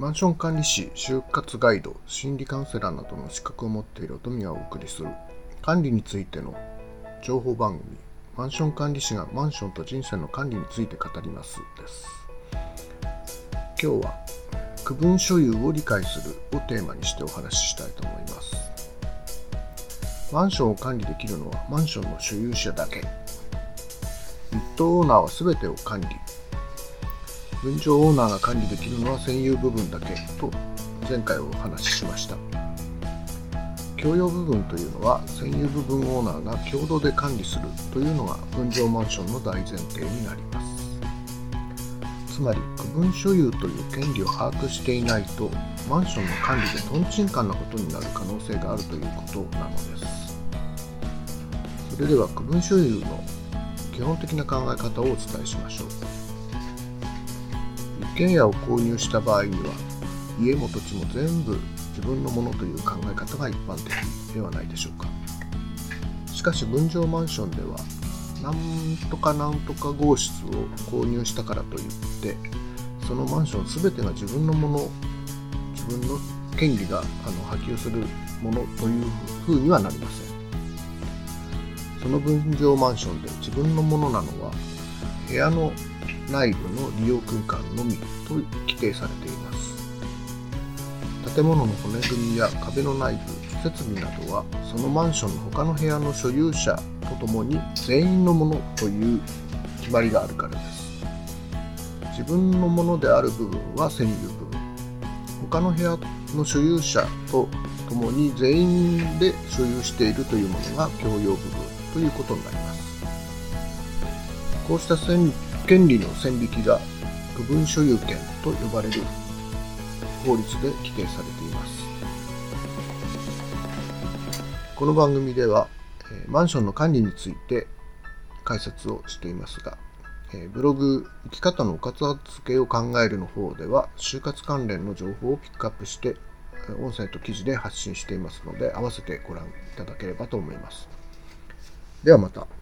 マンション管理士、就活ガイド、心理カウンセラーなどの資格を持っている乙女がお送りする管理についての情報番組、マンション管理士がマンションと人生の管理について語りますです。今日は区分所有を理解するをテーマにしてお話ししたいと思います。マンションを管理できるのはマンションの所有者だけ。一棟オーナーは全てを管理。分譲オーナーが管理できるのは占有部分だけと前回お話ししました。共用部分というのは占有部分オーナーが共同で管理するというのが分譲マンションの大前提になります。つまり区分所有という権利を把握していないとマンションの管理でトンチンカンなことになる可能性があるということなのです。それでは区分所有の基本的な考え方をお伝えしましょう。一軒家を購入した場合には家も土地も全部自分のものという考え方が一般的ではないでしょうか。しかし分譲マンションではなんとかなんとか号室を購入したからといってそのマンション全てが自分のもの、自分の権利が波及するものというふうにはなりません。その分譲マンションで自分のものなのは部屋の内部の利用空間のみと規定されています。建物の骨組みや壁の内部、設備などはそのマンションの他の部屋の所有者とともに全員のものという決まりがあるからです。自分のものである部分は占有部分、他の部屋の所有者とともに全員で所有しているというものが共用部分ということになります。こうした権利の線引きが区分所有権と呼ばれる法律で規定されています。この番組ではマンションの管理について解説をしていますが、ブログ生き方のお片付けを考えるの方では就活関連の情報をピックアップして音声と記事で発信していますので合わせてご覧いただければと思います。ではまた。